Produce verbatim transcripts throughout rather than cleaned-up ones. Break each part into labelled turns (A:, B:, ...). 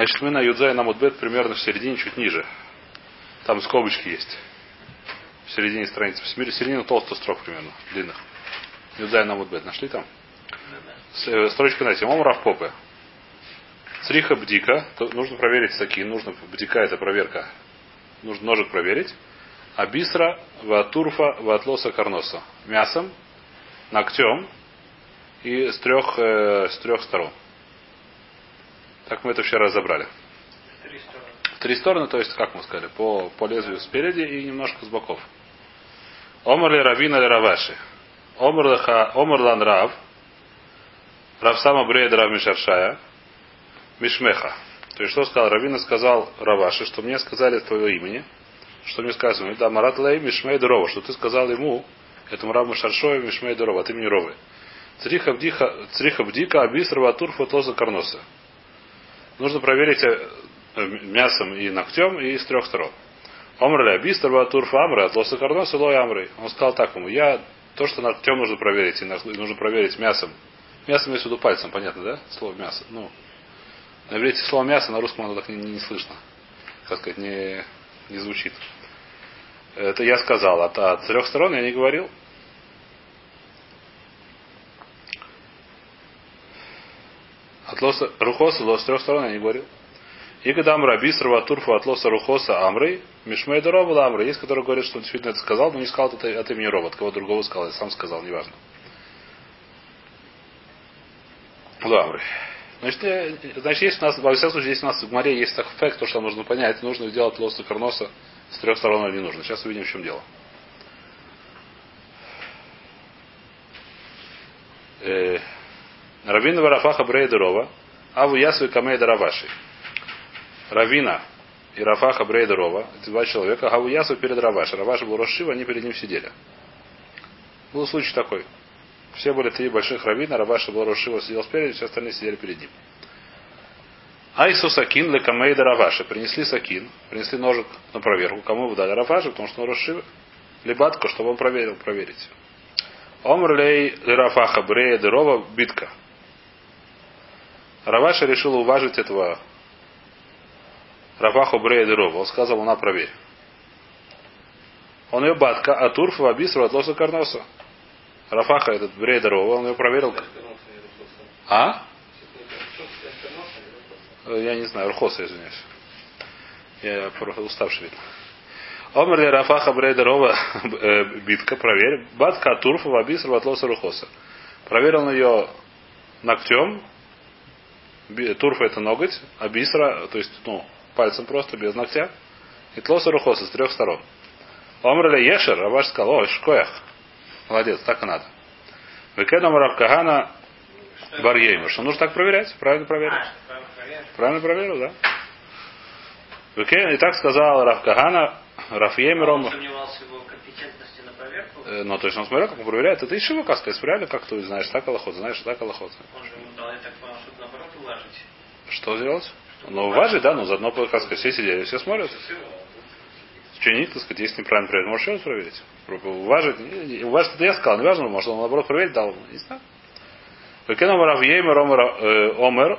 A: Значит, мы на Юдзай на Мудбет примерно в середине, чуть ниже. Там скобочки есть. В середине страницы. В середине толстых строк примерно, длинных. Юдзай на Мудбет. Нашли там? Строчка на тему. Ом Равпопе. Цриха бдика. Нужно проверить сакин. Нужно бдика, это проверка. Нужно ножик проверить. А бисра ватурфа ватлоса карноса. Мясом, ногтем и с трех, э, с трех сторон. Так мы это вчера разобрали.
B: В три стороны.
A: В три стороны, то есть, как мы сказали, по, по лезвию спереди и немножко с боков. Омар ли равина ли раваши. Омар лаха, омар лан рав. Рав сама бреет рав мишаршая. Мишмеха. То есть, что сказал? Равина сказал Раваши, что мне сказали твоего имени. Что мне сказано? Да, Марат Лей Мишмей Дорова. Что ты сказал ему, этому Раву Шаршою Мишмей Дорова, от имени Ровы. Цриха бдика абисрова турфа тлоза карноса. Нужно проверить мясом и ногтем и с трех сторон. Омрля абисрова турфа амра тлоза карноса лой амрей. Он сказал так ему, я то, что ногтем нужно проверить, и нужно проверить мясом. Мясом имеется в виду пальцем, понятно, да? Слово мясо. Ну, на иврите слово мясо, на русском оно так не, не слышно. Как сказать, не, не звучит. Это я сказал, а от трех сторон я не говорил. От лоса рухоса, лос с трех сторон я не говорил. И когда амра бисрова турфа от лоса рухоса амрей, мишмей дорова амрей. Есть, который говорит, что он действительно это сказал, но не сказал это от имени Рова, от кого другого сказал, я сам сказал, неважно. Амрей. Значит, значит, есть у нас, во всяком случае, здесь у нас в Гмаре есть факт, то, что нам нужно понять, нужно сделать лоса карноса с трех сторон или не нужно. Сейчас увидим, в чем дело. Э, Равина Варафаха Брейдерова, Аву Ясвы Камейда Раваши. Равина и Рафаха Брейдерова, эти два человека, Аву Ясвы перед Раваши. Раваши был Рошива, они перед ним сидели. Был случай такой. Все были три больших раввина, Раваши был Рошива, сидел спереди, все остальные сидели перед ним. Айсу Сакин ле Камейда Раваши. Принесли Сакин, принесли ножик на проверку. Кому его дали? Раваши, потому что он Рошива. Лебатку, чтобы он проверил, проверить. Омр лей Рафаха Брейдерова битка. Раваши решил уважить этого Рафаху Брейдерова. Он сказал, на проверь. Он ее батка, а турфа абисра от лоса карноса. Рафаха этот Брейдерова, он ее проверил. А? Я не знаю, Рухоса, извиняюсь. Я просто уставший видно. Омерли Рафаха Брейдерова битка, проверь. Батка турфа абисра от лоса Рухоса. Проверил на ее ногтем. Турфа это ноготь, а бисра, то есть, ну, пальцем просто, без ногтя. И тлоса Рухоса с трех сторон. Омерли Ешер, Раваш сказал, ой, шкоях. Молодец, так и надо. Векеном Равкагана Барьеймер. Что нужно так проверять? Правильно проверить? Правильно проверил, да? Векен, и так сказал Равкагана Рафьемером.
B: Он сомневался в его компетентности на проверку?
A: Э, ну, то есть он смотрел, как он проверяет. Это еще как сказать, правильно, как ты знаешь, так аллахот, знаешь, так аллахот.
B: Он же ему дал, я так понял, что наоборот уважить.
A: Что сделать? Ну, уважить, да, но заодно, как сказать, все сидели, все смотрят. Ученик, так сказать, если неправильно проверить, можешь еще раз проверить. Уважить, уважить, это я сказал, не важно, может он наоборот проверить дал, не знаю. Векен Равьемер Омер,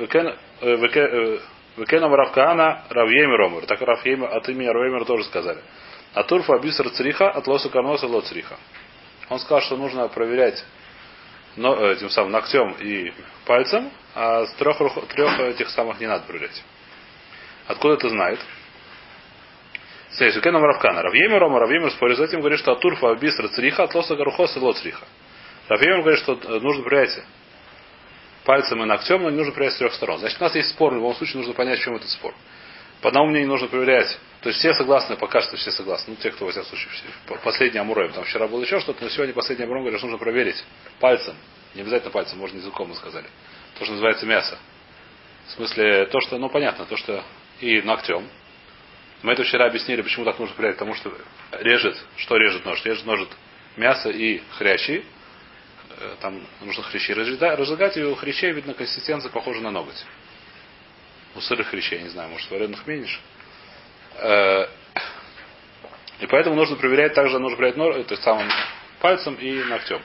A: Векен Равкаана Равьемер Омер. Так Равьемер от имени Равьемер тоже сказали. А турфа абиср цриха от лоса карноса ло цриха. Он сказал, что нужно проверять но, этим самым ногтем и пальцем, а с трех, трех этих самых не надо проверять. Откуда это знает? Следующий. Кеном Равкана. Равьемер Омер, Равьемер спорит с этим, говорит, что от турфа абиср цриха от лоса гарухоса ло цриха. Равьемер говорит, что нужно проверять пальцем и ногтем, но не нужно проверять с трех сторон. Значит, у нас есть спор, в любом случае нужно понять, в чем этот спор. По одному мнению нужно проверять. То есть все согласны, пока что все согласны. Ну, те, кто, во всяком случае, все. Последний Амуроем. Там вчера было еще что-то, но сегодня последний Амуроем говорит, что нужно проверить пальцем. Не обязательно пальцем, можно языком, мы сказали. То, что называется мясо. В смысле, то, что, ну, понятно, то, что и ногтем. Мы это вчера объяснили, почему так нужно проверять, потому что режет, что режет нож? Режет ножит мясо и хрящи. Там нужно хрящи разжигать, и у хрящей, видно, консистенция похожа на ноготь. У сырых хрящей, не знаю, может, вареных меньше. И поэтому нужно проверять также, нужно проверять нож, то есть самым пальцем и ногтем.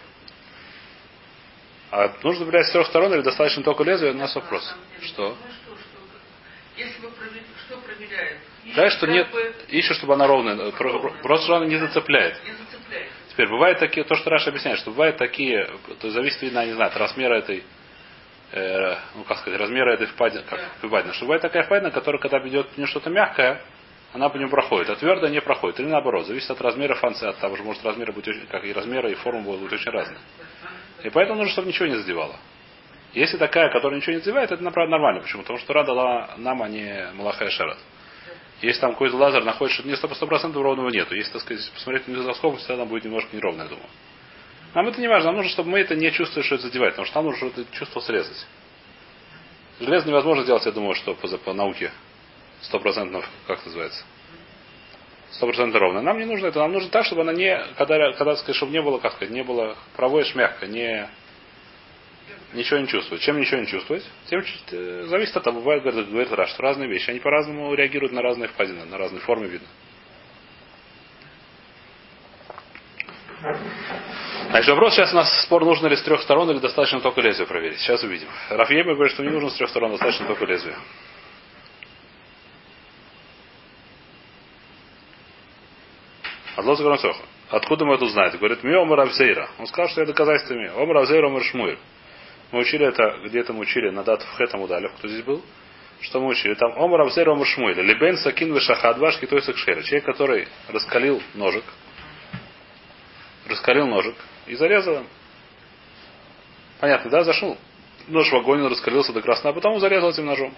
A: А нужно проверять с трех сторон или достаточно только лезвия, у нас вопрос. Что?
C: Если вы проверяете, что проверяют?
A: Конечно, что нет, бы... ищут, чтобы она ровная. ровная. Просто что она не зацепляет.
C: Не зацепляет.
A: Теперь бывают такие, то, что Раша объясняет, что бывают такие, то есть зависит, видно, не знаю, от размера этой, э, ну как сказать, размера этой впадины, как впадина. Что бывает такая впадина, которая, когда идет в нее что-то мягкое, она по нему проходит, а твердая не проходит. Или наоборот, зависит от размера фанцы, от того, что может размеры быть очень, как и размеры, и форма будут быть очень разные. И поэтому нужно, чтобы ничего не задевало. Если такая, которая ничего не задевает, это направо нормально. Почему? Потому что Рада дала нам, а не Малаха и Шарат. Если там какой-то лазер находит, что не сто процентов ровного нету. Если, так сказать, посмотреть на микроскоп, тогда она будет немножко неровная, я думаю. Нам это не важно. Нам нужно, чтобы мы это не чувствовали, что это задевает. Потому что нам нужно это чувство срезать. Железо невозможно сделать, я думаю, что по, по науке сто процентов, как называется, сто процентов ровно. Нам не нужно это. Нам нужно так, чтобы она не, когда, когда сказать, чтобы не было, как сказать, не было, проводишь мягко, не, ничего не чувствует. Чем ничего не чувствует? Тем э, зависит от того, бывает, говорит, говорит Раш, что разные вещи. Они по-разному реагируют на разные впадины, на разные формы видно. Значит, вопрос сейчас у нас спор, нужно ли с трех сторон или достаточно только лезвие проверить. Сейчас увидим. Рафьема говорит, что не нужно с трех сторон, достаточно только лезвие. Адлос Гранцоха. Откуда мы это узнаем? Говорит, ми омар Авзейра. Он сказал, что я доказательство имею. Омар Авзейра, омар Шмуэль. Мы учили это, где-то мы учили, на дату в Хетам Удалев, кто здесь был. Что мы учили? Там омар Авзейра, омар Шмуэль. Лебен Сакин Вешахад Вашки, то есть Экшера. Человек, который раскалил ножик. Раскалил ножик и зарезал им. Понятно, да? Зашел нож в огонь, он раскалился до красна, а потом он зарезал этим ножом.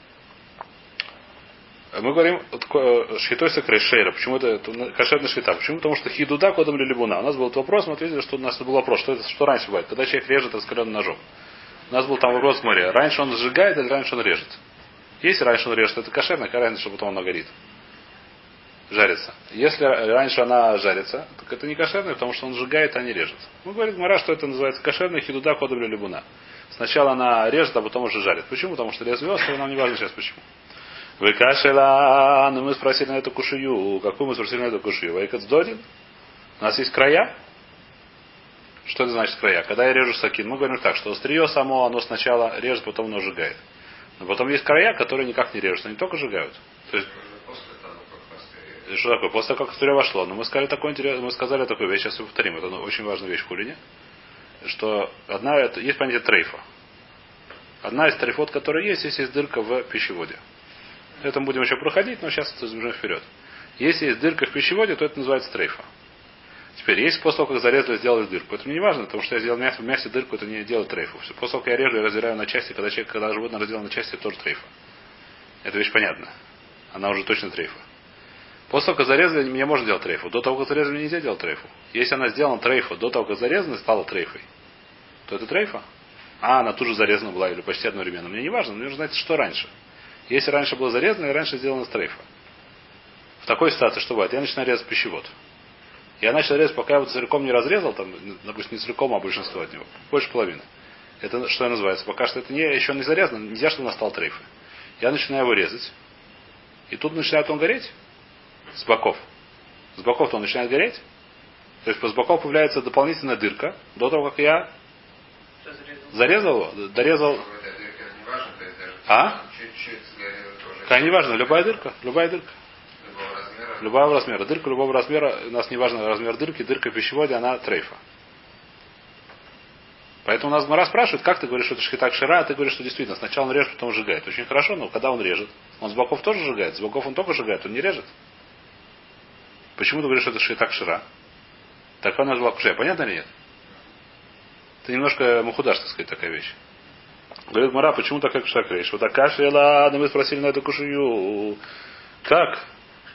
A: Мы говорим шхитой сакрешейра. Почему это, это кошерная шхита? Почему? Потому что хидуда кодом ли либуна. У нас был вопрос, мы ответили, что у нас был вопрос, что это что раньше бывает, когда человек режет раскаленным ножом. У нас был там вопрос, смотри, раньше он сжигает или раньше он режет? Если раньше он режет, это кошерно, какая разница, что потом она горит. Жарится. Если раньше она жарится, так это не кошерно, потому что он сжигает, а не режет. Мы говорим, Мара, что это называется кошерная хидуда кодом ли либуна. Сначала она режет, а потом уже жарит. Почему? Потому что лезвие острое, нам не важно сейчас почему. Выкашела, но мы спросили на эту кушию. Какую мы спросили на эту кушию? Вайкацдодин? У нас есть края? Что это значит края? Когда я режу сакин, мы говорим так, что острие само, оно сначала режет, потом оно сжигает. Но потом есть края, которые никак не режут, они только сжигают. То есть, что такое? После того, как острие вошло. Но мы сказали, такой, мы сказали такую вещь, сейчас повторим, это очень важная вещь в курине, что одна, есть понятие трейфа. Одна из трейфот, которая есть, есть, есть дырка в пищеводе. Это мы будем еще проходить, но сейчас это забежим вперед. Если есть дырка в пищеводе, то это называется трейфа. Теперь, если после того, как зарезали, сделали дырку, это мне не важно, потому что я сделал в мясе дырку, это не делает трейфу. После того, как я режу, я раздираю на части, когда, человек, когда животное разделано на части, это тоже трейфа. Эта вещь понятна. Она уже точно трейфа. После того, как зарезали, мне можно делать трейфу. До того, как зарезали, нельзя делать трейфу. Если она сделана трейфу, до того, как зарезана, стала трейфой, то это трейфа. А она тут же зарезана была или почти одновременно. Мне не важно, мне нужно знать, что раньше. Если раньше было зарезано, и раньше сделано с трейфа. В такой ситуации что бывает? Я начинаю резать пищевод. Я начал резать, пока я вот целиком не разрезал, там, допустим, не целиком, а большинство от него. Больше половины. Это что называется? Пока что это не, еще не зарезано, нельзя, чтобы он стал трейфой. Я начинаю его резать. И тут начинает он гореть. С боков. С боков-то он начинает гореть. То есть с боков появляется дополнительная дырка. До того, как я зарезал его, дорезал. А? Какая не важно, любая дырка, любая дырка.
C: Любого размера.
A: Любого размера. Дырка любого размера, у нас не важно размер дырки, дырка в пищеводе, она трейфа. Поэтому нас Гмара спрашивает, как ты говоришь, что это шхита кшера, а ты говоришь, что действительно сначала он режет, потом сжигает. Очень хорошо, но когда он режет, он с боков тоже сжигает, с боков он только сжигает, он не режет. Почему ты говоришь, что это шхита кшера? Так она была кшера, понятно или нет? Это немножко мухудаш, так сказать, такая вещь. Говорит Гмара, почему такая кшера крейш? Вот такая шела, но мы спросили на эту кушаю. Как?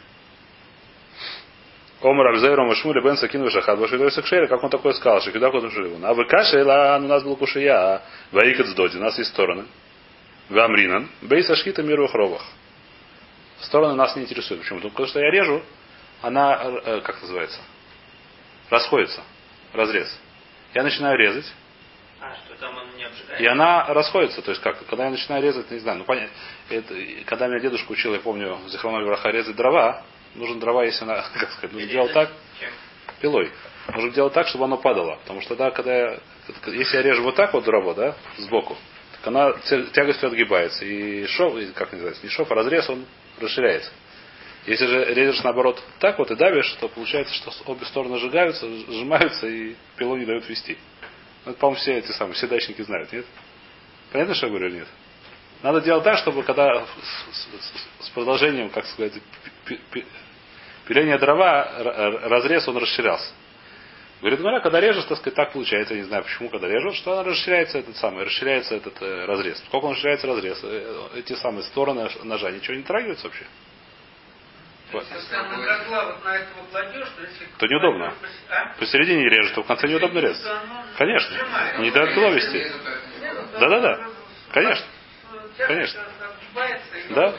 A: Омар Абзейру Машмули Бен Сакин Вешахад Вашидой Сакшери, как он такое сказал, Шахида Кодом Шилевун. А вы кашела, у нас был кушия, Ваикат Сдоди, у нас есть стороны. Вамринан, Бей Сашхита Миру Хровах. Стороны нас не интересуют. Почему? Потому что я режу, она, как называется, расходится, разрез. Я начинаю резать.
B: А, что там он не обжигает?
A: И она расходится. То есть как? Когда я начинаю резать, не знаю, ну понятно. Это, когда меня дедушка учил, я помню, Захроновой Враха резать дрова, нужно дрова, если она, как сказать, нужно делать так,
B: Чем?
A: пилой. Нужно делать так, чтобы оно падало. Потому что да, когда я, если я режу вот так вот дрова, да, сбоку, так она тягостью отгибается. И шов, как называется, не шов, а разрез, он расширяется. Если же режешь наоборот так вот и давишь, то получается, что обе стороны сжигаются, сжимаются и пилу не дают вести. Это, по-моему, все эти самые, все дачники знают, нет? Понятно, что я говорю, или нет? Надо делать так, чтобы когда с, с, с продолжением, как сказать, пиления дрова, разрез, он расширялся. Говорит, говоря, когда режешь, так сказать, так получается, я не знаю почему, когда режешь, что она расширяется этот самый, расширяется этот э, разрез. Сколько он расширяется разрез? Э, эти самые стороны ножа ничего не трагиваются вообще?
C: Если там на козла вот на этого кладешь, то если...
A: То неудобно.
C: А?
A: Посередине режешь, то в конце неудобно резать. Конечно. Не дает пилу вести. Да-да-да. Конечно. Конечно. Да?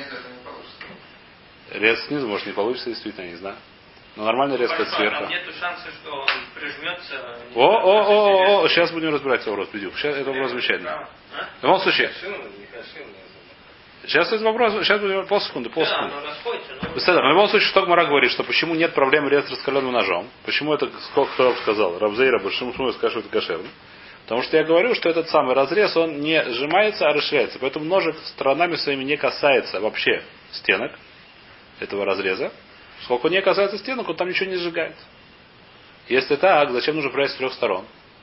A: Рез снизу, может, не получится, действительно, я не знаю. Но нормально резать сверху.
B: Там нету шанса, что он прижмется.
A: О, о, о, о, сейчас будем разбирать этот вопрос, бедюк. Сейчас это вопрос замечательный. В любом случае. Сейчас этот вопрос, сейчас будем полсекунды, полсекунды. Да, в любом случае, что Гмара говорит, что почему нет проблемы резать раскаленным ножом? Почему это, сколько кто сказал, Рабзейра, почему я скажу, это кошерно? Потому что я говорю, что этот самый разрез, он не сжимается, а расширяется. Поэтому ножик сторонами своими не касается вообще стенок этого разреза. Сколько не касается стенок, он там ничего не сжигает. Если так, зачем нужно проверять с трех сторон?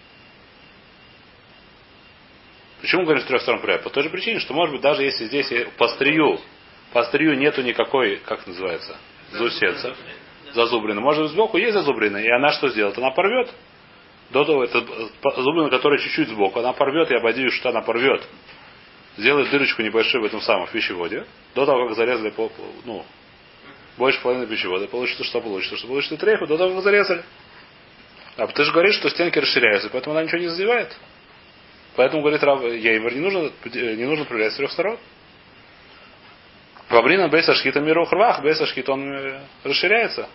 A: Почему говорим с трех сторон проверять? По той же причине, что может быть даже если здесь по острию, по острию нету никакой, как называется, заусенца, зазубрины. Может быть сбоку есть зазубрина, и она что сделает? Она порвет. До того, это зубрина, которая чуть-чуть сбоку, она порвет, я боюсь, что она порвет. Сделает дырочку небольшую в этом самом пищеводе. До того, как зарезали по, ну, больше половины пищевода. Получится, что получится. Что получится трейфу, до того, как зарезали. А ты же говоришь, что стенки расширяются, поэтому она ничего не задевает. Поэтому, говорит Рав Еймер, не нужно, не нужно проверять с трех сторон. Вабрина бейса шхита миру хрвах, бейса шхит, он расширяется.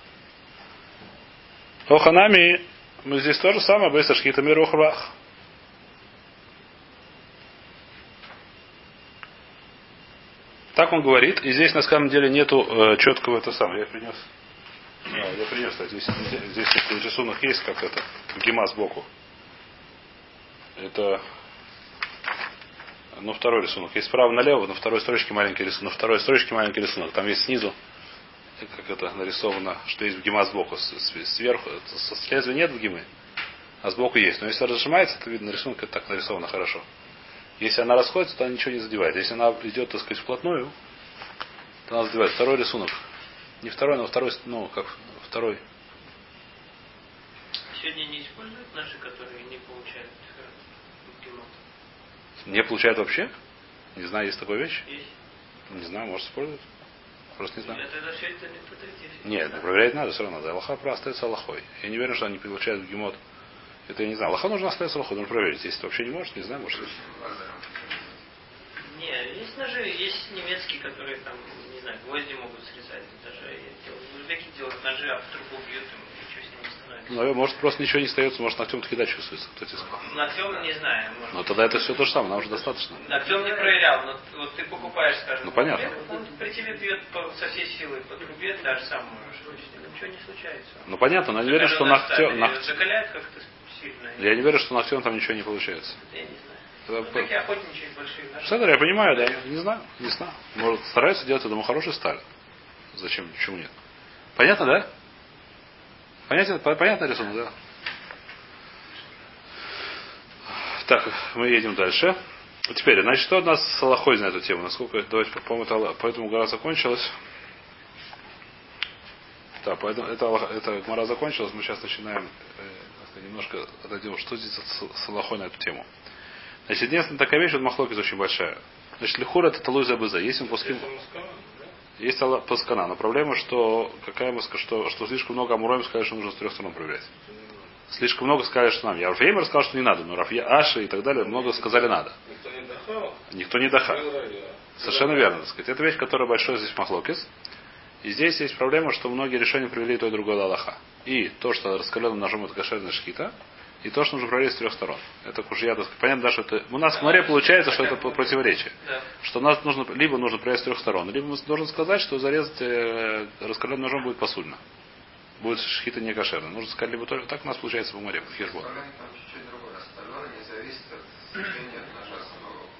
A: Оханами, мы здесь то же самое, бейса шхита миру хрвах. Так он говорит, и здесь на самом деле нету э, четкого это самое. Я принес. А, я принес, кстати, здесь, здесь в рисунок есть, как это, гема сбоку. Это, ну, второй рисунок. Есть справа налево, на второй строчке маленький рисунок. На второй строчке маленький рисунок. Там есть снизу, как это нарисовано, что есть гема сбоку. Сверху, с лезвия нет гемы, а сбоку есть. Но если разжимается, то видно, рисунок это так нарисовано хорошо. Если она расходится, то она ничего не задевает. Если она идет, так сказать, вплотную, то она задевает. Второй рисунок. Не второй, но второй, ну, как второй.
B: Сегодня не используют наши, которые не получают гемот?
A: Не получают вообще? Не знаю, есть такая вещь?
B: Есть.
A: Не знаю, может использовать. Просто не знаю.
B: Это даже это не подойдет.
A: Нет, проверять надо, все равно надо. Аллаха остается Аллахой. Я не уверен, что они получают гемот. Это я не знаю. Аллаха нужно оставить Аллахой, нужно проверить. Если ты вообще не можешь, не знаю, может.
B: Не, есть ножи, есть немецкие, которые там, не знаю, гвозди могут срезать. Даже узбеки делают ножи, а в трубу бьют, и ничего с ним не становится.
A: Ну, может, просто ничего не остается, может, ногтем таки да чувствуется. Кто тебе сказал?
B: Ногтем не знаю. Может.
A: Но тогда это все то же самое, нам уже достаточно.
B: Ногтем не проверял, но вот ты покупаешь, скажем,
A: ну, понятно.
B: трубе, он при тебе бьет по, со всей силой по трубе, та же самую, ничего не случается.
A: Ну понятно, но я не верю, что ногтем. Ногтем...
B: Закаляет как-то сильно.
A: Я не верю, что ногтем там ничего не получается.
B: Я не знаю.
A: Это...
B: Ну, такие охотничьи большие ножи.
A: Что я понимаю, да, не знаю, не знаю. Может, стараются делать, я думаю, хороший сталь. Зачем, почему нет? Понятно, да? Понятно, понятно рисунок, да? Так, мы едем дальше. Теперь, значит, что у нас с Аллахой на эту тему? Насколько, давайте, по-моему, поэтому гора закончилась. Так, поэтому это, это гмара закончилась, мы сейчас начинаем э, немножко отойдем, что здесь с, с Аллахой на эту тему. Значит, единственная такая вещь, вот махлокис очень большая. Значит, лихур это талуй за быза. Есть пуским... Есть паскана, но проблема, что какая мы что, что слишком много амуроем сказали, что нужно с трех сторон проверять. Слишком много сказали, что нам. Я Рафаимер сказал, что не надо, но Рафья Аши и так далее много сказали надо.
D: Никто не дахал.
A: Никто не дахал. Совершенно верно, так сказать. Это вещь, которая большой здесь махлокис. И здесь есть проблема, что многие решения привели то и другое Аллаха. И то, что раскаленным ножом это кошерная шхита, и то, что нужно проверить с трех сторон. Это кушья, так сказать. Понятно, да, что это... У нас в море получается, что это противоречие.
B: Да.
A: Что нас нужно, либо нужно проверить с трех сторон, либо мы должны сказать, что зарезать э, раскаленным ножом будет посульно. Будет шхита не кошерная. Нужно сказать, либо только так у нас получается в море, в хижбон.
C: Там чуть-чуть другое. Остальное не зависит от строения от ножа самого.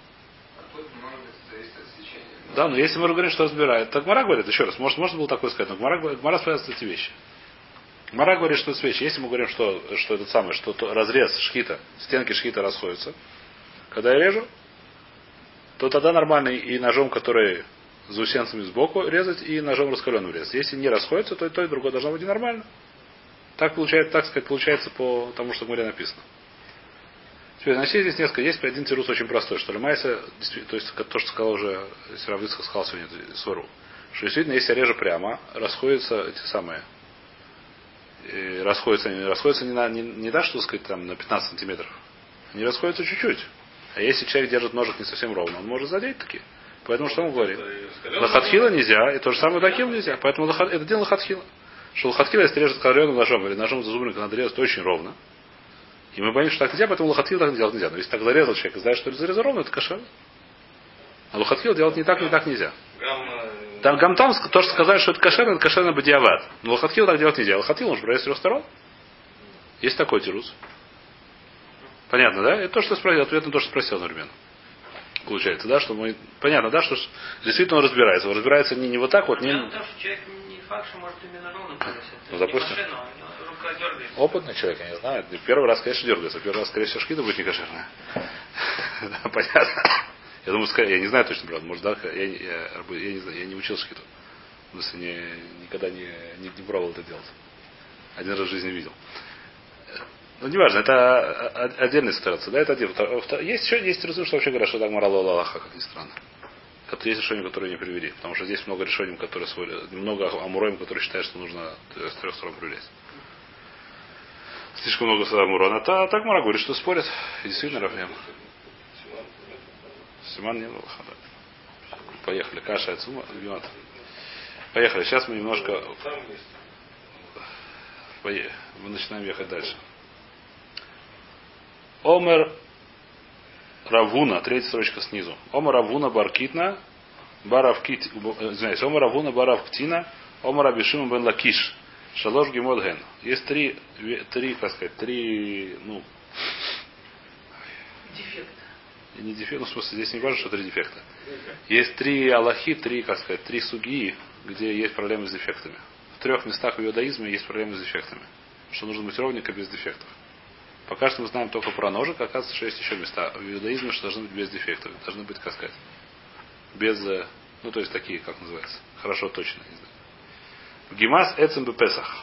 A: Да, но если мы говорим, что разбирает, так Гмара говорит, еще раз, может, можно было такое сказать, но Гмара, Гмара спрашивает эти вещи. Гмара говорит, что это вещи. Если мы говорим, что, что это самое, что то, разрез шхита, стенки шхита расходятся, когда я режу, то тогда нормально и ножом, который заусенцами сбоку резать, и ножом раскаленным резать. Если не расходятся, то и то, и другое должно быть нормально. Так получается, так сказать, получается по тому, что в Гмаре написано. Теперь, значит, здесь несколько. Есть один тирус очень простой, что Лемайса, то есть то, что сказал уже, если Равицкак сказал сегодня Сору, что действительно, если я режу прямо, расходятся эти самые, и расходятся, они расходятся не, на, не, не так, что сказать, там, на пятнадцать сантиметров. Они расходятся чуть-чуть. А если человек держит ножик не совсем ровно, он может задеть таки. Поэтому что мы говорим? Лохатхила нельзя, и то же самое лаким нельзя. Поэтому лохат, это дело лохатхила. Что лохатхила, если режет каленым ножом или ножом зазубренным, надо резать очень ровно. И мы боимся, что так нельзя, поэтому лохатхила так делать нельзя. Но если так зарезал человек и знает, что зарезал ровно, это кошер. А лохатхила делать не так, не так нельзя. Там гамтам то, что сказали, что это кошерно, это кошерно бадиават. Но лохатхила так делать нельзя. Лохатхила нужно проверить с трех сторон. Есть такой тирус. Понятно, да? Это то, что спросил, ответ на то, что спросил Нурмен. Получается, да, что мы. Понятно, да, что действительно он разбирается. Он разбирается не, не вот так вот, не.
B: Потому что человек не факт, что может именно ровно повесить.
A: Ну, допустим.
B: Не машина, рука дергается.
A: Опытный человек, я не знаю. Первый раз, конечно, дергается. Первый раз, скорее всего, шкида будет не кошерная. Понятно. Я думаю, я не знаю точно, правда. Может, да, я, я, я не знаю, я не учил шкиду. В смысле, не, никогда не, не, не пробовал это делать. Один раз в жизни видел. Ну, неважно, это отдельная ситуация, да, это один. Есть еще, есть решение, что вообще говорят, что так морал Аллаха, как ни странно. Есть решения, которые не привели. Потому что здесь много решений, которые сводят, много амуроим, которые считают, что нужно с трех сторон проверять. Слишком много амурона. А так Мара говорит, что спорят. И действительно Рафем. Симан не было. Поехали. Каша от Сума. Поехали. Сейчас мы немножко. Поехали. Мы начинаем ехать дальше. Омер Равуна, третья строчка снизу. Омер Равуна Баркитна, Баравкит, извиняюсь, Омер Равуна Баравктина, Омер Абишима Бен Лакиш, Шалош Гимодген. Есть три, три, как сказать, три, ну...
B: Дефект.
A: Не дефект, ну, в смысле, здесь не важно, что три дефекта. Есть три аллахи, три, как сказать, три суги, где есть проблемы с дефектами. В трех местах в иудаизме есть проблемы с дефектами. Что нужно быть ровненько без дефектов. Пока что мы знаем только про ножик, оказывается, что есть еще места в иудаизме, что должны быть без дефектов. Должны быть, как сказать, без, ну, то есть такие, как называется, хорошо, точно, не знаю. Гимас эцем бе Песах.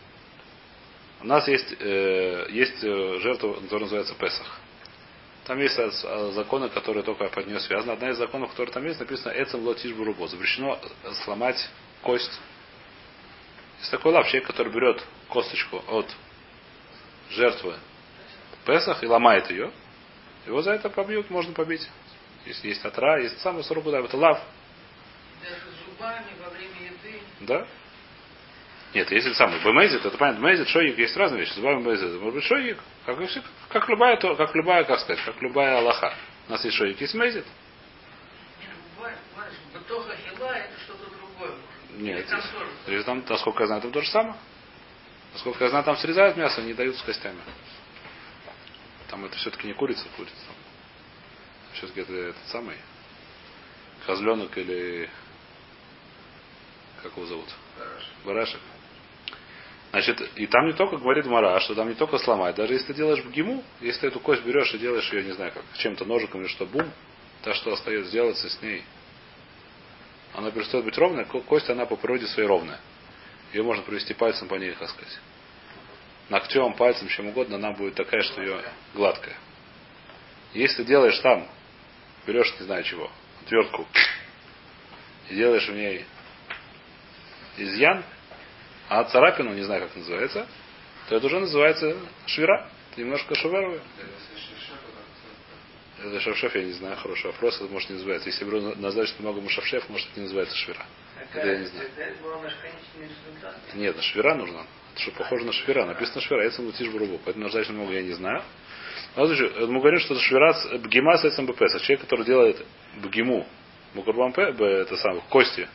A: У нас есть, э, есть жертва, которая называется Песах. Там есть законы, которые только под нее связаны. Одна из законов, которые там есть, написано эцем лотиш бурубо. Запрещено сломать кость. Есть такой лав, человек, который берет косточку от жертвы Песах и ломает ее, его за это побьют, можно побить. Если есть отра, есть самый срок, да, это лав.
C: Даже зубами во время еды.
A: Да? Нет, если самый бемезит, это понятно, бемезит, шоик, есть разные вещи. Зубами бемезит, может быть шоик, как, как любая, то, как любая, как сказать, как любая аллаха. У нас есть шоик, есть мезит.
C: Нет, бывает, бывает, бытоха хила это что-то другое.
A: Нет,
C: там
A: здесь,
C: тоже.
A: здесь, там, насколько я знаю, там то же самое. Насколько я знаю, там срезают мясо, не дают с костями. Там это все-таки не курица, курица. Все-таки это этот самый козленок или как его зовут? Барашек. Барашек. Значит, и там не только говорит Мара, что там не только сломать. Даже если ты делаешь бгиму, если ты эту кость берешь и делаешь ее, не знаю как, чем-то ножиком или что, бум, то, что остается сделаться с ней, она перестает быть ровная, кость она по природе своей ровная. Ее можно провести пальцем по ней, как сказать. Ногтем, пальцем, чем угодно, она будет такая, что ее гладкая. Если делаешь там, берешь, не знаю чего, отвертку, и делаешь в ней изъян, а царапину, не знаю как называется, то это уже называется швира. Ты немножко шаверовый. Это шавшеф, я не знаю, хороший вопрос, это может не называется. Если я беру назначить много мушавшеф, может это не называется швира. Это я не знаю.
B: Это был наш конечный результат.
A: Нет, на швира нужно. Это что похоже на швира. Написано швира, это лутиш бурубу. Поэтому назначить много я не знаю. Но, мы говорим, что это швира бгима с этим бпс. Человек, который делает бгиму, мукурбам п, это самое, кости.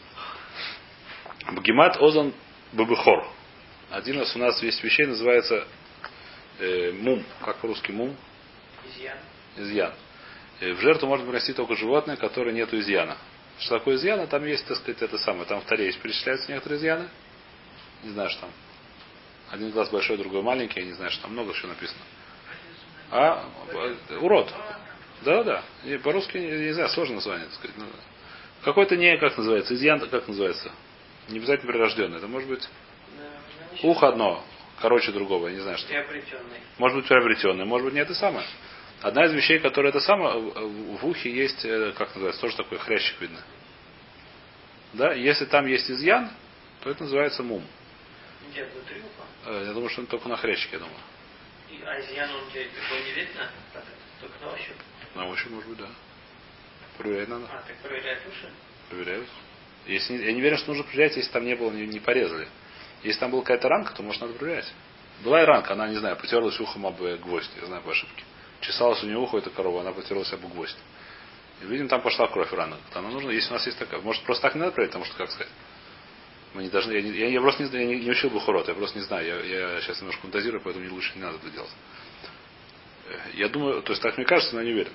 A: Бгимат озон ббхор. Один из у нас есть вещей, называется э, мум. Как по-русски мум?
B: Изъян.
A: Изъян. И в жертву можно принести только животное, которое нету изъяна. Что такое изъян, там есть, так сказать, это самое. Там в Таре есть перечисляются некоторые изъяны. Не знаю, что там. Один глаз большой, другой маленький, я не знаю, что там много еще написано. А урод. Да, да. И по-русски, не, не знаю, сложно название, так сказать. Какой-то не, как называется, изъян, как называется? Не обязательно прирожденный. Это может быть ухо одно, короче другого, я не знаю, что.
B: Приобретенный.
A: Может быть приобретенный, может быть не это самое. Одна из вещей, которая это самое, в ухе есть, как называется, тоже такой хрящик видно. Да, если там есть изъян, то это называется мум.
B: Где, внутри уха?
A: Я думаю, что он только на хрящике, я думаю.
B: И, а изъян он где, такой не видно? Так, только на ощупь?
A: На ощупь, может быть, да. Проверять надо.
B: А, так проверяют уши?
A: Проверяют. Если, я не уверен, что нужно проверять, если там не было, не, не порезали. Если там была какая-то ранка, то, может, надо проверять. Была и ранка, она, не знаю, потерлась ухом об гвоздь, я знаю по ошибке. Чесалась у нее ухо, эта корова, она потерлась об гвоздь. И, видим, там пошла кровь рано. Она нужна, если у нас есть такая. Может, просто так не надо проверять, потому что, как сказать, мы не должны, я, не, я, я просто не, я не, не учил Бухурот, я просто не знаю. Я, я сейчас немножко фантазирую, поэтому мне лучше не надо это делать. Я думаю, то есть так мне кажется, но я не уверен.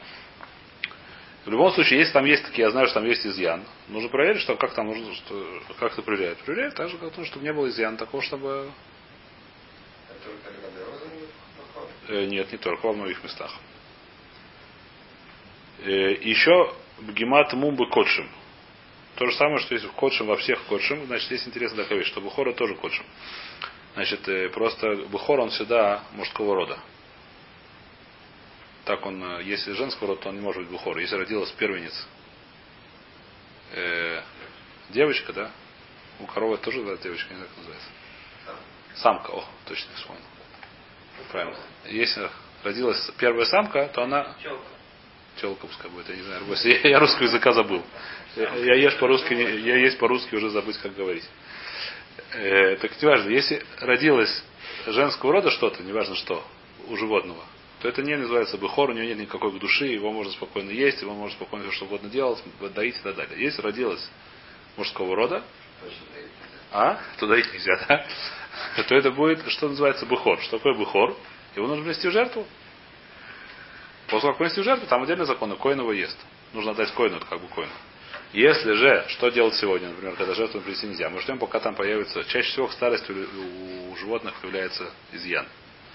A: В любом случае, если там есть такие, я знаю, что там есть изъян, нужно проверить, что как там нужно, что, как это проверяют. Проверяют так же, как то, чтобы не было изъяна такого, чтобы. Э, нет, не только, во многих местах. Э, еще бгемат мумбы кодшим. То же самое, что есть в кодшим, во всех кодшим, значит, есть интересная такая вещь, что бухора тоже кодшим. Значит, э, просто бухор он всегда мужского рода. Так он, если женского рода, то он не может быть бухор. Если родилась первенец, э, девочка, да? У коровы тоже да, девочка, не знаю, как называется. Самка, о, точно не вспомнил. Правильно. Если родилась первая самка, то она.
B: Челка.
A: Челка пускай будет, я не знаю. Я, я русского языка забыл. Я, я ешь по-русски, я есть по-русски уже забыть, как говорить. Э, так не важно, если родилась женского рода что-то, неважно что, у животного, то это не называется бухор, у него нет никакой души, его можно спокойно есть, его можно спокойно все что угодно делать, доить и так далее. Если родилась мужского рода, а, то доить нельзя, да? То это будет, что называется бухор. Что такое бухор? Его нужно внести в жертву. После как внести в жертву, там отдельный закон, и коин его ест. Нужно отдать коину, это как бы коину. Если же, что делать сегодня, например, когда жертву принести нельзя, мы ждем, пока там появится, чаще всего к старости у, у животных появляется изъян.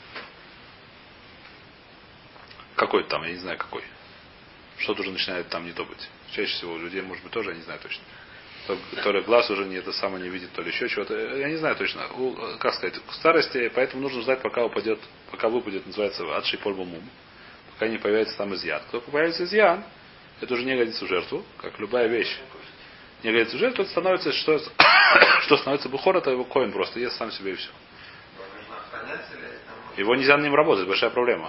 A: Какой там, я не знаю какой. Что-то уже начинает там не то быть. Чаще всего у людей, может быть, тоже, я не знаю точно. То, то ли глаз уже не это самое не видит, то ли еще чего-то. Я не знаю точно. У, как сказать, к старости, поэтому нужно ждать, пока упадет, пока выпадет, называется адший польбумум. Пока не появится там изъян. Кто появится изъян, это уже не годится в жертву, как любая вещь. Не годится в жертву, это становится, что, что становится бухор, это его коин просто ест сам себе и все. Его нельзя на ним работать, большая проблема.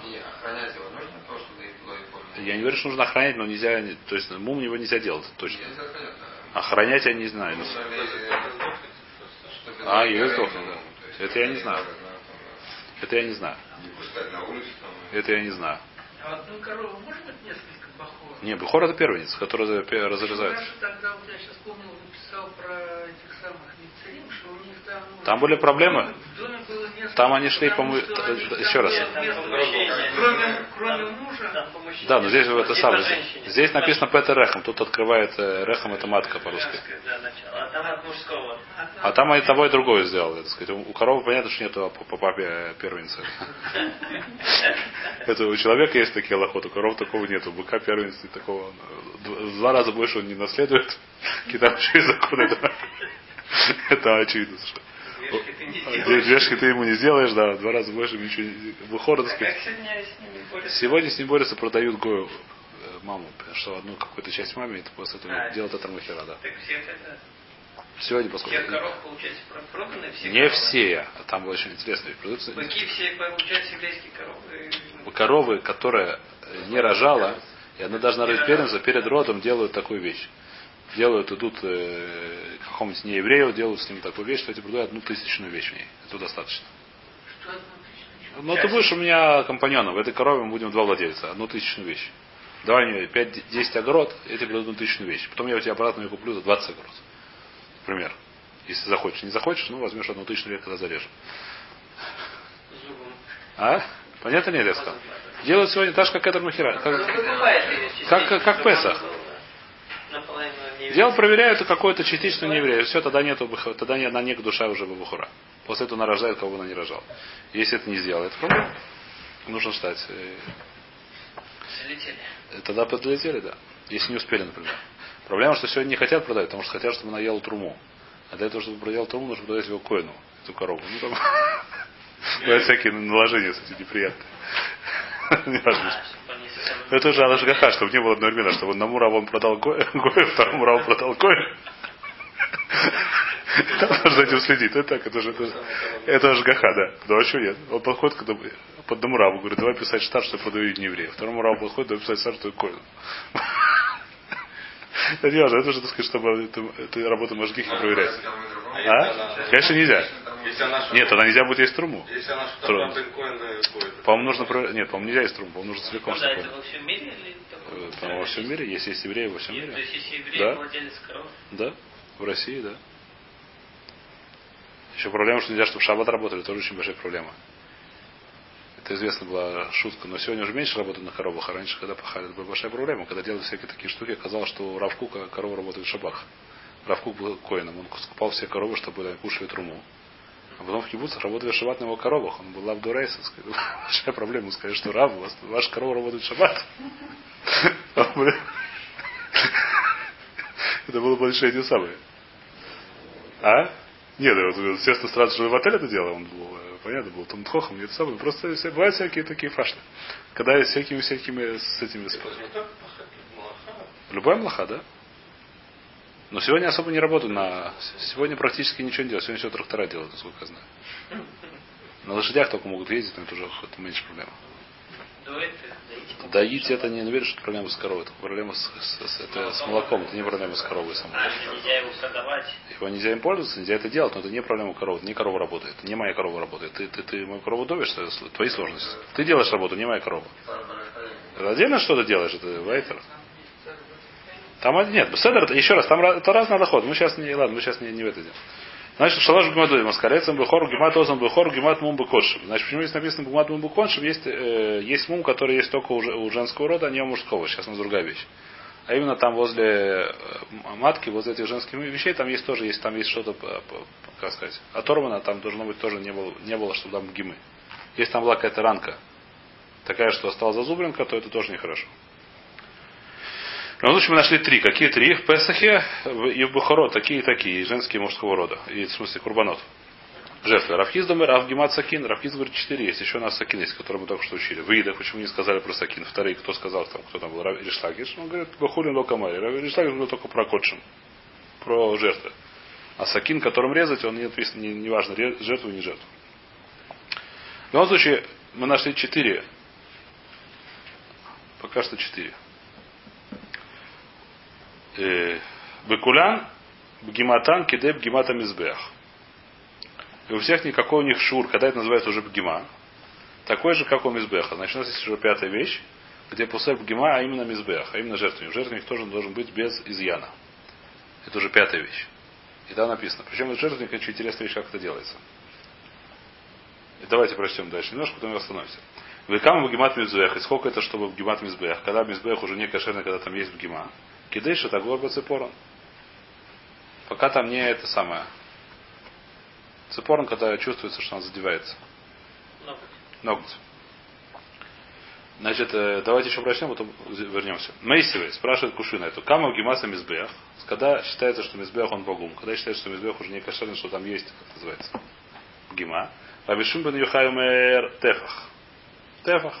A: Я не говорю, что нужно охранять, но нельзя, то есть мум его нельзя делать, точно. Охранять я не знаю. Но... А, ее сдохнул, да. Это я не знаю. Это я не знаю. Это я не знаю.
C: А одну корову может быть несколько бахор?
A: Не, бухор это первенец, который разрезается.
C: Хорошо, тогда вот я сейчас помнил, написал про этих самых мицарим, что у них там...
A: Там были проблемы.
C: В доме было несколько,
A: там они шли, по-моему, еще раз.
C: Кроме, кроме мужа.
A: Да, но здесь это самое. Здесь написано Петер Рехам. Тут открывает Рехам, это матка по-русски.
B: А там от мужского.
A: А там они того и другое сделали. Так сказать. У коровы понятно, что нету по папе первенца. Это у человека есть такие лохоты, у коров такого нету. У быка первенца такого. В два раза больше он не наследует. Какие-то вообще законы. Это очевидно. Двешки ты ему не сделаешь, да, два раза больше ничего не... Бухор, так сказать. Сегодня с ним борются, продают Гою маму, что одну какую-то часть маме, и после этого а, делают это махера, да.
B: Так всех это...
A: Сегодня, поскольку...
B: Всех коров, получается, проданы? Все
A: не
B: коровы?
A: Все, а там было очень интересно. Продаются...
B: Быки все, получается, еврейские коровы.
A: Коровы, которая не рожала, и она должна родить первенца, перед родом делают такую вещь. Делают, идут э, к какому-нибудь нееврею, делают с ним такую вещь, что эти продают одну тысячную вещь в ней. Это достаточно.
C: Что одну тысячную?
A: Ну, ты будешь у меня компаньоном. В этой корове мы будем два владельца. Одну тысячную вещь. Давай мне пять-десять огород, я тебе продаю одну тысячную вещь. Потом я у тебя обратно ее куплю за двадцать огород. Например. Если захочешь. Не захочешь, ну, возьмешь одну тысячную вещь, когда зарежем. А? Понятно, нет, я сказал? Делают сегодня так же, как это махера. Как, как, как, как Песах.
B: наполовину нееврей.
A: Дело проверяют, это какой-то частично нееврей. Все, тогда нету, тогда не, она не душа уже бабухура. После этого она рождает, кого она не рожала. Если это не сделает, проблема. Нужно ждать.
B: Залетели.
A: Тогда подлетели, да. Если не успели, например. Проблема, что сегодня не хотят продать, потому что хотят, чтобы она ела труму. А для этого, чтобы продать труму, нужно продать его коину, эту корову. Ну там бывают всякие наложения, кстати, неприятные. Не важно. Это уже она жгаха, чтобы не было одновременно, чтобы одному раву он продал гою, второму раву продал кою. Нужно за этим следить. Это так, это же это жгаха, да. Да, а что нет? Он подходит к одному раву, говорит, давай писать штат, что я продаю не евреев. Второму раву подходит, давай писать штат, что я кою. Это не важно, это уже, так сказать, чтобы эту, эту работу Машгихи проверять. А? Конечно, нельзя. Нет, она нельзя будет есть труму. По-моему, нужно проверять. Нет, по-моему, нельзя есть труму. По-моему, нужно целиком.
B: Да, это во всем мире или
A: по-моему, во всем мире. Если есть евреи во всем мире.
B: То есть, если евреи
A: да?
B: владелец коровы?
A: Да. В России, да. Еще проблема, что нельзя, чтобы шаббат работали, тоже очень большая проблема. Это известна была шутка, но сегодня уже меньше работают на коровах, а раньше, когда пахали, это была большая проблема. Когда делали всякие такие штуки, оказалось, что у Равкука корова работает в шаббах. Равкук был коином, он скупал все коровы, чтобы они кушали труму. А потом в кибуцах работали в шаббат на его коровах. Он был лавдурейс, большая проблема, сказать, что Рав, у вас ваша корова работает в шаббат. Это было большое не самое. А? Нет, естественно, сразу же в отеле это дело, он был, понятно, был там тхохом, не это самое. Просто все, бывают всякие такие фашны. Когда с всякими всякими с этими. Любая млаха, да? Но сегодня особо не работаю на. Сегодня практически ничего не делают. Сегодня все трактора делают, насколько я знаю. На лошадях только могут ездить, но это уже это меньше проблема. Доить это не веришь, что проблема с коровой, это проблема с, с, с, это, с молоком, это не проблема с коровой самой.
B: А, нельзя его продавать.
A: Его нельзя им пользоваться, нельзя это делать, но это не проблема коровы, не корова работает, не моя корова работает. Ты, ты, ты мою корову довешь, это твои сложности. Ты делаешь работу, не моя корова. Отдельно что-то делаешь, это вайтер. Там нет, седер, еще раз, там это разный доход. Мы сейчас не, ладно, мы сейчас не, не в это делаем. Значит, шалаш гумадуем, аскарецам бухор, гемат озам бухор, гемат мум бухошим. Значит, почему здесь написано гемат мум бухошим? Есть, э, есть мум, который есть только у, у женского рода, а не у мужского. Сейчас у нас другая вещь. А именно там возле матки, возле этих женских вещей, там есть тоже, есть, там есть что-то, как сказать, оторвано, там должно быть тоже не было, не было, чтобы там гимы. Если там была какая-то ранка, такая, что осталась зазубринка, то это тоже нехорошо. В любом случае мы нашли три. Какие три? В Песахе и в Бухаро. Такие и такие. Женские мужского рода. И в смысле курбанот. Жертвы. Рафхиз думает, Рафгимат Сакин. Рафхиз говорит, четыре есть. Еще у нас Сакин есть, который мы только что учили. В Идах. Почему не сказали про Сакин? Вторые, кто сказал, там, кто там был? Ришлакиш. Он говорит, Бахулин Локамари. Ришлакиш говорил только про Котшин. Про жертвы. А Сакин, которым резать, он не написан, не, не важно, жертву или не жертву. В любом случае, мы нашли четыре. Пока что четыре. Бекулян, Бгиматан, Кидеб, Гимата Мизбех. И у всех никакой у них шур, когда это называется уже Бгима, такой же, как у Мизбеха. Значит, у нас есть уже пятая вещь, где пусер Бгима, а именно Мизбех, а именно жертвенник. Жертвенник тоже должен быть без изъяна. Это уже пятая вещь. И там написано. Причем это жертвенник, очень интересная вещь, как это делается. И давайте прочтем дальше немножко, потом остановимся. Векам Бгимат Мизбех. И сколько это, чтобы Бгимат Мизбех? Когда Мизбех уже не кошерный, когда там есть Бгима. Кидыш это горба цепорон. Пока там не это самое. Цепорон, когда чувствуется, что он задевается.
B: Ноготь.
A: Ноготь. Значит, давайте еще прочнем, потом вернемся. Мейсивей спрашивает Кушина эту. Кама гимаса мизбех. Когда считается, что мизбех он богум. Когда считается, что мизбех уже не кошерный, что там есть, как называется. Гима. Рабишим бен Юхай мэр тефах. Тефах.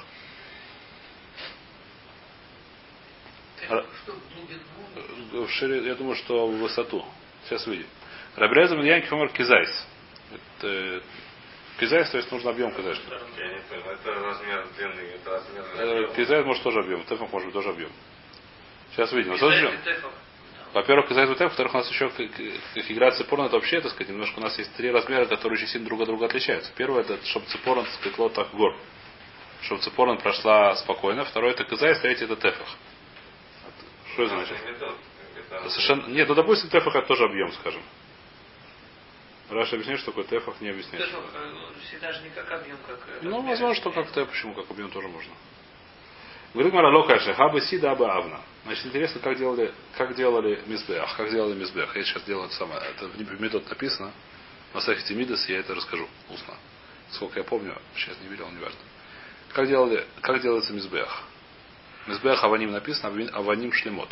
A: В шире, я думаю, что в высоту. Сейчас видим. Рабрезам Янки Хомер Кизайс. Кизайс, то есть нужен объем Кизайс.
D: Я не понял, это размер длины, это размер.
A: Кизайс может тоже объем. Тефах может быть тоже объем. Сейчас видим. Во-первых, Кизайс и Тефах, во-вторых, у нас еще игра цепорон, это вообще, так сказать, немножко у нас есть три размера, которые очень сильно друг от друга отличаются. Первое, это чтобы цепорон спекло так гор. Чтобы цепорон прошла спокойно. Второе, это Кизайс, третье, это Тефах. Что это значит? Совершенно... Нет, ну допустим, тефах это тоже объем, скажем. Раша объясняет, что такое тефах, не объясняет.
B: Тефах всегда же не как объем, как...
A: Ну, возможно, что как-то, почему, как объем тоже можно. Говорит Маралока Шахаба Сида Аба Авна. Значит, интересно, как делали, как делали Мизбех. Как делали Мизбех. Я сейчас делаю это самое. Это в метод написано. На Сахите Мидас я это расскажу устно. Сколько я помню, сейчас не видел, не важно. Как, делали, как делается Мизбех? Мизбех Аваним написано, Аваним Шлемот.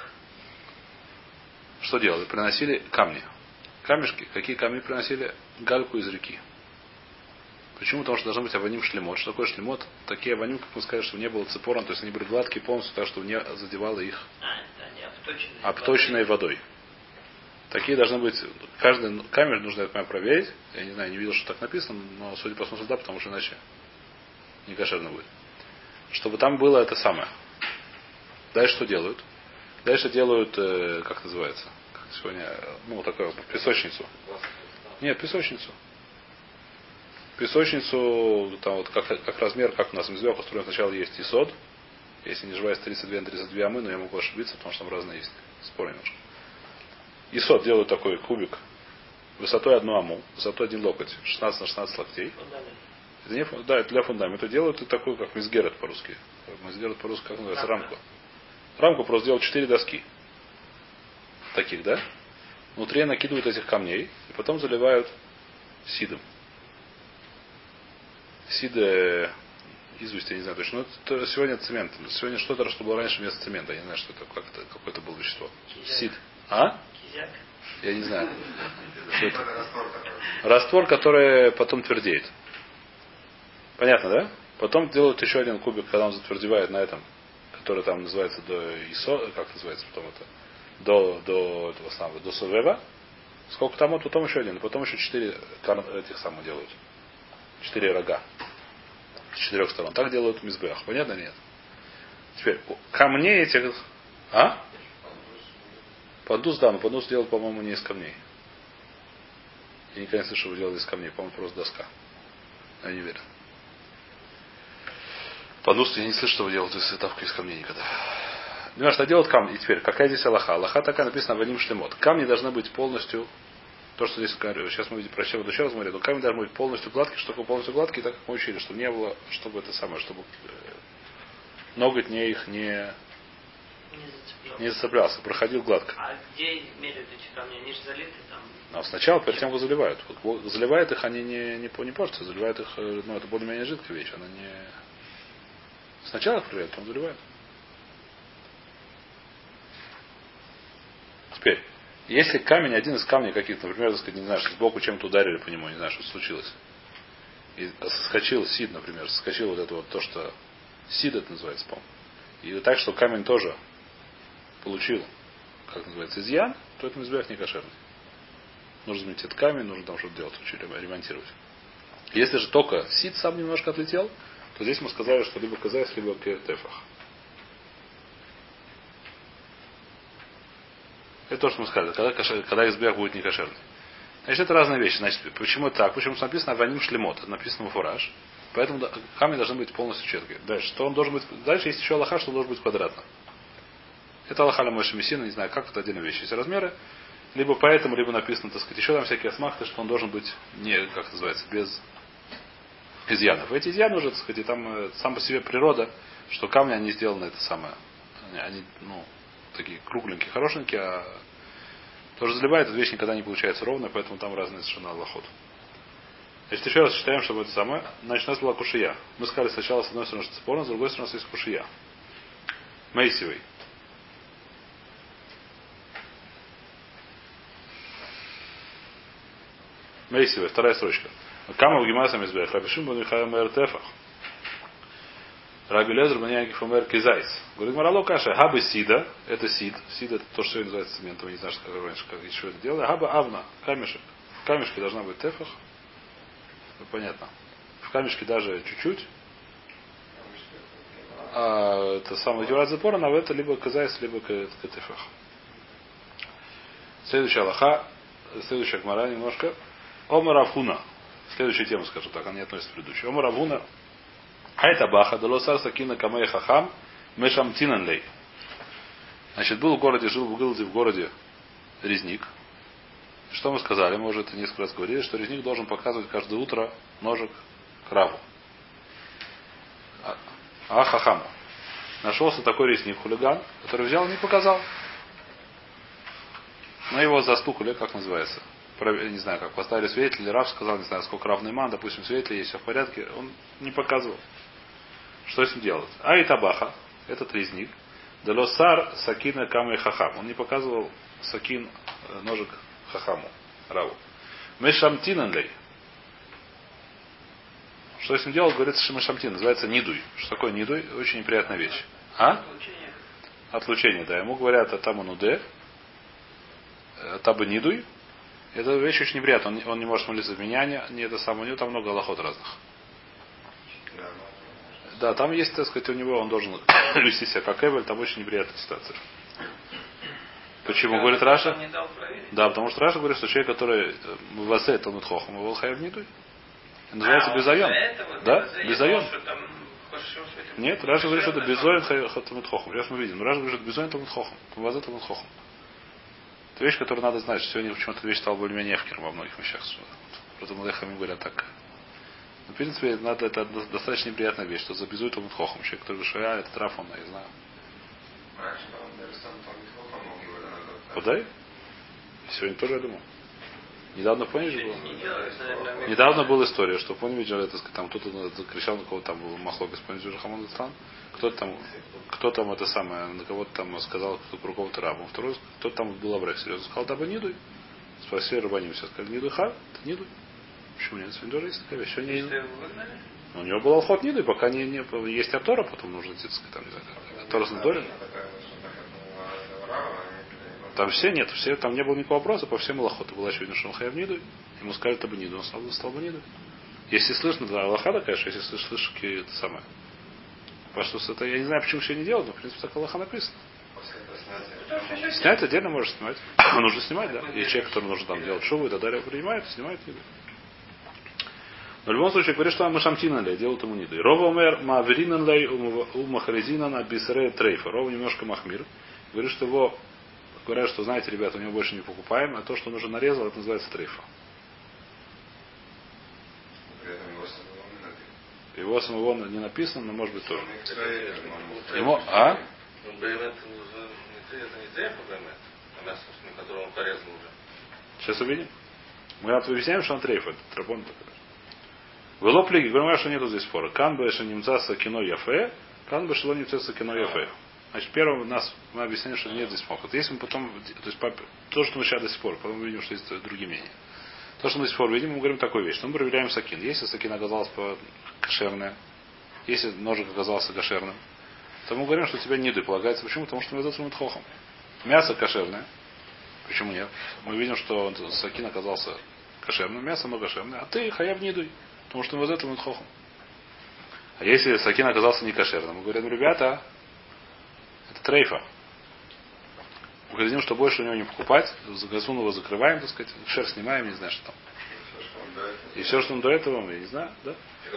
A: Что делали? Приносили камни. Камешки. Какие камни приносили? Гальку из реки. Почему? Потому что должен быть аваним шлемот. Что такое шлемот? Такие аваним, как мы сказали, чтобы не было цепорон, то есть они были гладкие полностью, так, чтобы не задевало их
B: а, да, обточенные,
A: обточенной водой. водой. Такие должны быть. Каждый камень нужно, я понимаю, проверить. Я не знаю, не видел, что так написано, но судя по смыслу, да, потому что иначе не кошерно будет. Чтобы там было это самое. Дальше что делают? Дальше делают, э, как называется? Как сегодня, ну, такую песочницу. Нет, песочницу. Песочницу, там вот как, как размер, как у нас в Мизбех устроен, сначала есть исод. Если не ошибаюсь, тридцать две на тридцать две амы, но я могу ошибиться, потому что там разные есть. Спор немножко. Исод делают такой кубик высотой одну аму, высотой один локоть, шестнадцать на шестнадцать локтей. Это не, да, это для фундамента. Делают и такую, как мизгерет по-русски. Мизгерет по-русски, как называется, рамку. Рамку просто делают четыре доски. Таких, да? Внутри накидывают этих камней и потом заливают сидом. Сида, известь, я не знаю точно. Но это сегодня цемент. Сегодня что-то, что было раньше вместо цемента. Я не знаю, что это, как это какое-то было вещество.
B: Кизяк.
A: Сид. А?
B: Кизяк.
A: Я не знаю. Что это? Раствор, который потом твердеет. Понятно, да? Потом делают еще один кубик, когда он затвердевает на этом, который там называется до ИСО, как называется потом это? До, до этого самого, до Сувева. Сколько там вот, потом еще один. Потом еще четыре этих самых делают. Четыре рога. С четырех сторон. Так делают мизбех. Понятно, нет? Теперь, камней этих... А? Подус, да, но подус делают, по-моему, не из камней. Я никогда не слышал, что делали из камней. По-моему, просто доска. Я не верю. Подус я не слышу, что вы делаете светавку из камней никогда. Ну, что делают камни. И теперь, какая здесь Аллаха? Аллаха такая написана Аваним Шлемот. Камни должны быть полностью... То, что здесь говорю, сейчас мы видим про еще раз говорим, но камень должен быть полностью гладкий, что такое полностью гладкий, так как мы учили, чтобы не было, чтобы это самое, чтобы ноготь не их не,
B: Не зацеплялся.
A: не зацеплялся, проходил гладко.
B: А где меряют эти камни? Они же залиты там.
A: Но сначала, перед тем, как заливают. Вот, заливают их, они не, не, не портятся, заливают их, ну, это более-менее жидкая вещь, она не... Сначала их проверяют, потом заливают. Теперь. Если камень, один из камней каких-то, например, так сказать, не знаю, что сбоку чем-то ударили по нему, не знаю, что случилось. И соскочил сид, например, соскочил вот это вот то, что сид это называется, по-моему. И так, что камень тоже получил, как называется, изъян, то это мизбех не кошерный. Нужно заменить этот камень, нужно там что-то делать, учили ремонтировать. Если же только сид сам немножко отлетел, то здесь мы сказали, что либо казайс, либо кетефах. Это то, что мы сказали, когда, кошер, когда избех будет не кошерный. Значит, это разные вещи. Значит, почему так? Почему написано Аваним Шлемот? Это написано в фураж. Поэтому камень должен быть полностью четкий. Дальше, что он должен быть. Дальше есть еще Аллаха, что он должен быть квадратно. Это Аллаха ля Моше Мессина, не знаю как, это отдельная вещь. Есть размеры. Либо поэтому, либо написано, так сказать, еще там всякие осмахты, что он должен быть не, как называется, без изъянов. Эти изъяны уже, так сказать, и там сам по себе природа, что камни они сделаны это самое. Они, ну, такие кругленькие, хорошенькие, а тоже заливает, эта вещь никогда не получается ровно, поэтому там разные совершенно аллахот. Значит, еще раз считаем, чтобы это самое. Значит, у нас была кушия. Мы сказали сначала, с одной стороны, что спорно, с другой стороны, у нас есть кушия. Мейсивый. Мейсивый, вторая строчка. Кама в гимасам избех. Рабишим бун михаил мэр тефах. Раби Лезер Баньянкив Умер Кизайс. Говорит, Марало Каша, Хаба Сида, это Сид. Сид это то, что называется цементом, не знаю, что как раньше, как еще это делали. Хаба Авна, камешек. В камешке должна быть тефах. Ну, понятно. В камешке даже чуть-чуть. А это самое Юрат Запора, но это либо Кизайс, либо Тефах. Следующая Аллаха, следующая Гмара немножко. Омар Авхуна. Следующая тема, скажу так, она не относится к предыдущей. Омар Авхуна. Айта баха, долосар сакина камей хахам, мешам тинанлей. Значит, был в городе, жил в Гылде в городе резник. Что мы сказали? Мы уже это несколько раз говорили, что резник должен показывать каждое утро ножик краву. А, а хахаму. Нашелся такой резник хулиган, который взял и не показал. Но его застукали, как называется. Не знаю, как поставили свидетель, или Рав сказал, не знаю, сколько равный ман, допустим, свидетель, есть все в порядке. Он не показывал. Что с ним делать? А и табаха, этот резник, Делосар Сакина Камы Хахам. Он не показывал Сакин, ножик Хахаму, Раву. Мешамтинанлей. Что с ним делал? Говорится, что Мешамтин. Называется нидуй. Что такое нидуй? Очень неприятная вещь. А?
B: Отлучение.
A: Отлучение, да. Ему говорят Атамануде, Табы нидуй. Эта вещь очень неприятная. Он, он не может молиться в меня, не, не это самое. У него там много алахот разных. Да, там есть, так сказать, у него он должен вести себя как Эвель, там очень неприятная ситуация. Почему, говорит Раша? Да, потому что Раша говорит, что человек, который в Васе Талмуд Хохам, его Хаев Нидуй. Называется а, безайон. Да? Безайон. Нет, Раша говорит, что это безайон Талмуд Хохам. Сейчас мы видим. Но Раша говорит, что это безайон Талмуд Хохам. Вазе Талмуд Хохам. Это вещь, которую надо знать. Сегодня почему-то вещь стала более-менее эфкер во многих вещах. Просто Малехами говорят так. Но, в принципе, надо, это достаточно неприятная вещь, что забезует Талмуд Хохам. Человек, который говорит, что я, это траф, он, я знаю. Подай? Сегодня тоже, я думал. Недавно в Понеже было? Недавно была история, что в Понеже, там кто-то закричал, на кого там был махлок из Понеже Хамон Дастан. Кто-то там, кто там это самое, на кого-то там сказал, кто про кого-то рабу. Второй, кто-то там был Абрех, серьезно сказал, да бы нидуй. Спросили рабаним, все сказали, нидуй ха, это нидуй. Почему нет? Сегодня тоже есть такая вещь. Сегодня не... У него был алхот нидуй, пока не, не есть Атора, потом нужно идти, там, не знаю, Атора с Надорин. Там все нет, все, там не было никакого вопроса, по всем Аллахоту была сегодня Шамхаев Ниду, ему сказали Табу Ниду, он стал, стал бы Ниду. Если слышно, да, Аллаха, конечно, если слышишь, слышишь, это самое. Потому что это, я не знаю, почему все не делают, но в принципе так Аллаха написано. Снять отдельно можешь снимать. Но нужно снимать, да. Есть человек, который нужно там делать шубу и так далее, принимает, снимает Ниду. Но в любом случае говорит, что мы шамтина лей, делают ему Ниду. Рова умер маверинан лей у махаризинана бисре трейфа. Рова немножко махмир. Говорит, что его говорят, что, знаете, ребята, у него больше не покупаем, а то, что он уже нарезал, это называется трейфа. Его самого не написано, но может быть тоже. Ему, а? Сейчас увидим. Мы объясняем, что он трейфа. Трапон такой. В лоплиге говорим, что нету здесь спора. Кан бы шанимцаса кино яфе, кан бы шалонимцаса кино яфе. Значит, первым у нас мы объясняем, что нет здесь мохот. Если мы потом, то есть то, что мы сейчас до сих пор, потом мы видим, что есть другие мнения. То, что мы до сих пор видим, мы говорим такую вещь, что мы проверяем сакин. Если сакин оказался кошерная, если ножик оказался кошерным, то мы говорим, что у тебя ниды полагается. Почему? Потому что мы идем с хохом. Мясо кошерное. Почему нет? Мы видим, что сакин оказался кошерным, мясо, но кошерное, а ты хаяб нидуй. Потому что мы из этого хохом. А если сакин оказался не кошерным, мы говорим, ребята, это трейфа. Мы говорим, что больше у него не покупать, газун его закрываем, так сказать, шерсть снимаем, не знаю, что там. И все, что он до этого, я не знаю, да?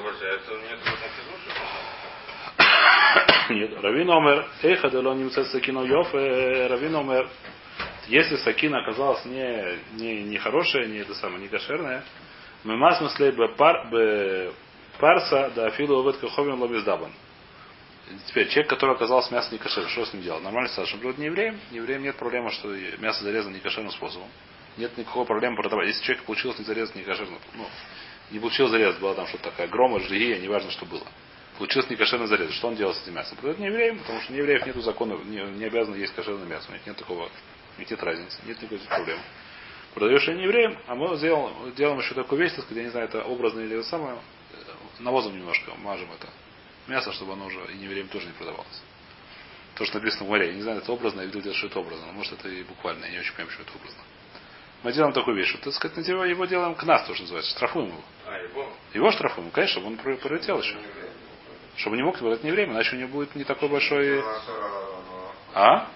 A: Нет, Равин Омер, Эйха дело немца сакино йоф, Равин Омер, если сакина оказалась не, не, не хорошая, не это самое, не кошерная, мы мас мыслей бы парса, да филу овет каховин лобиздабан. Теперь, человек, который оказался мясо не кошерным, что с ним делать? Нормально сказать, что вроде не евреем, не евреем нет проблемы, что мясо зарезано не кошерным способом. Нет никакой проблемы продавать. Если человек получилось не зарезать не кошерным, ну, не получил зарез, была там что-то такая грома, жлия, неважно, что было. Получилось не кошерный зарез. Что он делал с этим мясом? Продает не евреем, потому что не евреев нет закона, не, не обязаны есть кошерное мясо. У них нет такого, у них нет разницы, нет никакой проблемы. Продаешь не евреем, а мы сделаем, делаем еще такую вещь, так сказать, я не знаю, это образно или это самое, навозом немножко мажем это. Мясо, чтобы оно уже и неверием тоже не продавалось. То, что написано в море. Я не знаю, это образно, я видел где-то, что это образно. Но может это и буквально. Я не очень понимаю, что это образно. Мы делаем такую вещь, что, так сказать, его, его делаем к нас, то, что называется. Штрафуем его.
D: А, его?
A: Его штрафуем, конечно, чтобы он пролетел еще. Чтобы не мог это не время, иначе у него будет не такой большой... А?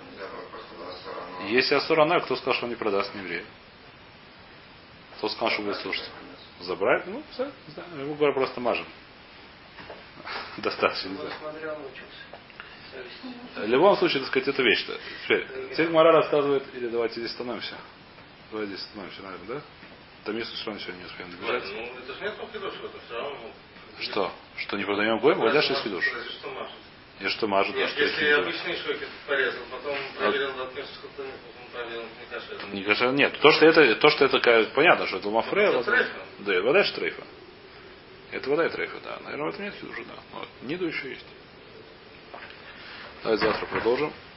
A: Если Асура, кто сказал, что он не продаст не еврею? Кто сказал, что будет слушать? Забрать? Ну, все, не знаю. Ему говорю, просто мажем. Достаточно, не знаю. В любом случае, так сказать, это вещь-то. Теперь Мара рассказывает, или давайте здесь становимся. Давайте здесь становимся, наверное, да? Там есть все равно сегодня не успеем добежать.
D: Ну, это же нет хидуш, это все равно.
A: Что? Что не продаем гоем? Валяш из хидуш. И что мажут?
D: Нет,
A: а что
D: если
A: еще
D: обычный шокет порезал, потом проверил, доткнешься, сколько потом проверил, не кашет.
A: не кашет. Нет, то, что это, то, что это понятно, что это мафре.
D: Это
A: вот,
D: трейфа?
A: да, вода и трейфа. Это вода и трейфа, да. Наверное, в этом нет уже, да. Вот. Ниду еще есть. Давайте завтра продолжим.